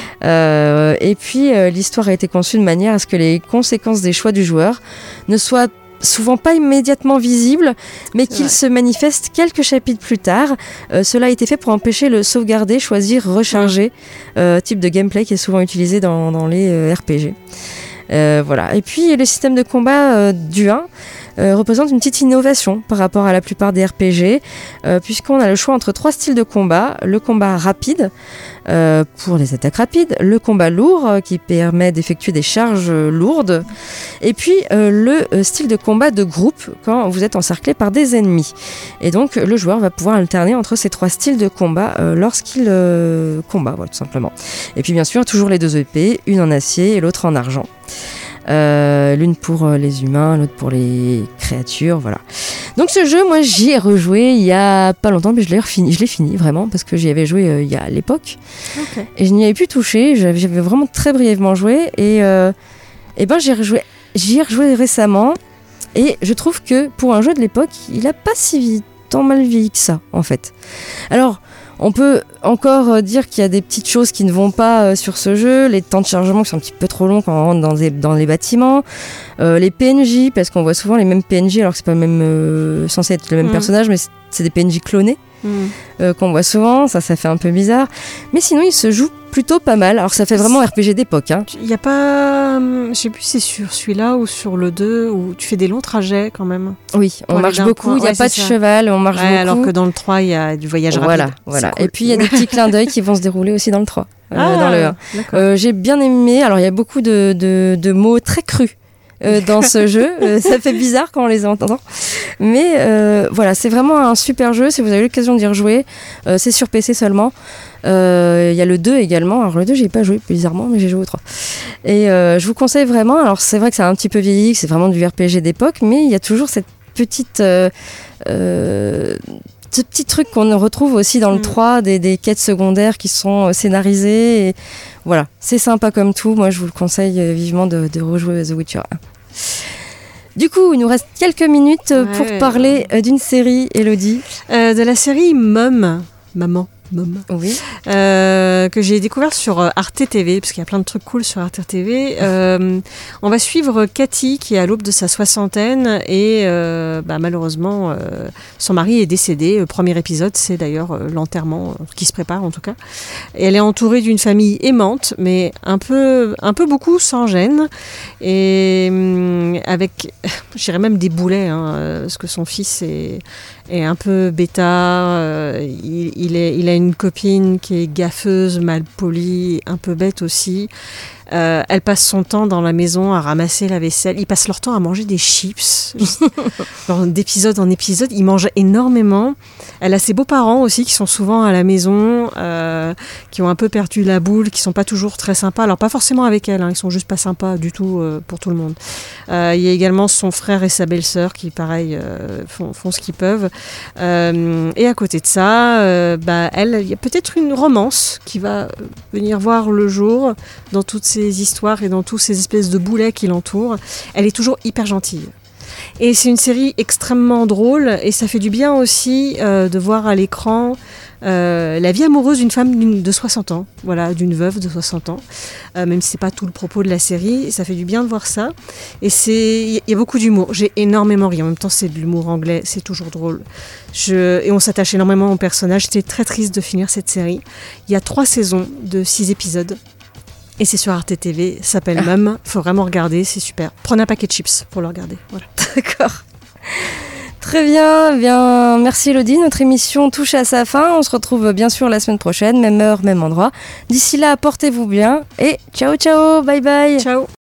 Euh, et puis, euh, l'histoire a été conçue de manière à ce que les conséquences des choix du joueur ne soient souvent pas immédiatement visibles, mais qu'ils ouais. se manifestent quelques chapitres plus tard. Euh, cela a été fait pour empêcher le sauvegarder, choisir, recharger, mmh. euh, type de gameplay qui est souvent utilisé dans, dans les euh, R P G. Euh, voilà. Et puis, le système de combat euh, du un euh, représente une petite innovation par rapport à la plupart des R P G, euh, puisqu'on a le choix entre trois styles de combat. Le combat rapide, euh, pour les attaques rapides, le combat lourd, euh, qui permet d'effectuer des charges euh, lourdes, et puis euh, le euh, style de combat de groupe, quand vous êtes encerclé par des ennemis. Et donc, le joueur va pouvoir alterner entre ces trois styles de combat euh, lorsqu'il euh, combat, voilà, tout simplement. Et puis, bien sûr, toujours les deux épées, une en acier et l'autre en argent. Euh, l'une pour les humains, l'autre pour les créatures, voilà. Donc ce jeu, moi j'y ai rejoué il y a pas longtemps, mais je l'ai fini, je l'ai fini vraiment parce que j'y avais joué euh, il y a à l'époque, okay. Et je n'y avais plus touché. J'avais, j'avais vraiment très brièvement joué et, euh, et ben j'ai rejoué, j'y ai rejoué récemment et je trouve que pour un jeu de l'époque, il a pas si vite, tant mal vieilli que ça en fait. Alors on peut encore dire qu'il y a des petites choses qui ne vont pas sur ce jeu, les temps de chargement qui sont un petit peu trop longs quand on rentre dans, des, dans les bâtiments, euh, les P N J, parce qu'on voit souvent les mêmes P N J alors que c'est pas même euh, censé être le même mmh. personnage, mais c'est, c'est des P N J clonés mmh. euh, qu'on voit souvent, ça ça fait un peu bizarre. Mais sinon il se joue plutôt pas mal, alors ça fait vraiment R P G d'époque. Hein. Il n'y a pas, je sais plus si c'est sur celui-là ou sur le deux, où tu fais des longs trajets quand même. Oui, on marche beaucoup, il n'y a ouais, pas de ça. cheval, on marche ouais, beaucoup. Alors que dans le trois, il y a du voyage voilà, rapide. Voilà. Cool. Et puis il y a des petits clins d'œil qui vont se dérouler aussi dans le trois, euh, ah, dans le un. Euh, j'ai bien aimé, alors il y a beaucoup de, de, de mots très crus. Euh, dans ce jeu, euh, ça fait bizarre quand on les entend, mais euh, voilà, c'est vraiment un super jeu. Si vous avez l'occasion d'y rejouer, euh, c'est sur P C seulement. Il euh, y a le deux également. Alors le deux, j'ai pas joué bizarrement, mais j'ai joué au trois. Et euh, je vous conseille vraiment. Alors c'est vrai que c'est un petit peu vieilli, que c'est vraiment du R P G d'époque, mais il y a toujours cette petite euh, euh, ce petit truc qu'on retrouve aussi dans le mmh. trois, des, des quêtes secondaires qui sont scénarisées. Et voilà, c'est sympa comme tout. Moi, je vous le conseille vivement de, de rejouer The Witcher un. Du coup, il nous reste quelques minutes ouais, pour parler euh, d'une série, Elodie. Euh, de la série Mom, Maman. Mom. Oui. Euh, que j'ai découvert sur Arte T V, parce qu'il y a plein de trucs cool sur Arte T V. Euh, on va suivre Cathy, qui est à l'aube de sa soixantaine, et euh, bah, malheureusement, euh, son mari est décédé. Le premier épisode, c'est d'ailleurs euh, l'enterrement euh, qui se prépare, en tout cas. Et elle est entourée d'une famille aimante, mais un peu, un peu beaucoup sans gêne, et euh, avec, je dirais même des boulets, hein, parce que son fils est... est un peu bêta, euh, il, il, est, il a une copine qui est gaffeuse, mal polie, un peu bête aussi. Euh, elle passe son temps dans la maison à ramasser la vaisselle. Ils passent leur temps à manger des chips. Genre, d'épisode en épisode, ils mangent énormément. Elle a ses beaux-parents aussi qui sont souvent à la maison, euh, qui ont un peu perdu la boule, qui sont pas toujours très sympas. Alors pas forcément avec elle, hein, ils sont juste pas sympas du tout euh, pour tout le monde. Euh, il y a également son frère et sa belle-sœur qui, pareil, euh, font, font ce qu'ils peuvent. Euh, et à côté de ça, euh, bah, elle, il y a peut-être une romance qui va venir voir le jour dans toutes ces histoires et dans tous ces espèces de boulets qui l'entourent. Elle est toujours hyper gentille. Et c'est une série extrêmement drôle et ça fait du bien aussi euh, de voir à l'écran euh, la vie amoureuse d'une femme d'une, de soixante ans, voilà, d'une veuve de soixante ans, euh, même si c'est pas tout le propos de la série, ça fait du bien de voir ça. Et c'est, il y a beaucoup d'humour. J'ai énormément ri. En même temps, c'est de l'humour anglais, c'est toujours drôle. Je, et on s'attache énormément au personnage. J'étais très triste de finir cette série. Il y a trois saisons de six épisodes. Et c'est sur Arte T V, ça s'appelle ah. Mum. Faut vraiment regarder, c'est super. Prenez un paquet de chips pour le regarder. Voilà. D'accord. Très bien, bien. Merci Elodie. Notre émission touche à sa fin. On se retrouve bien sûr la semaine prochaine, même heure, même endroit. D'ici là, portez-vous bien et ciao, ciao, bye bye. Ciao.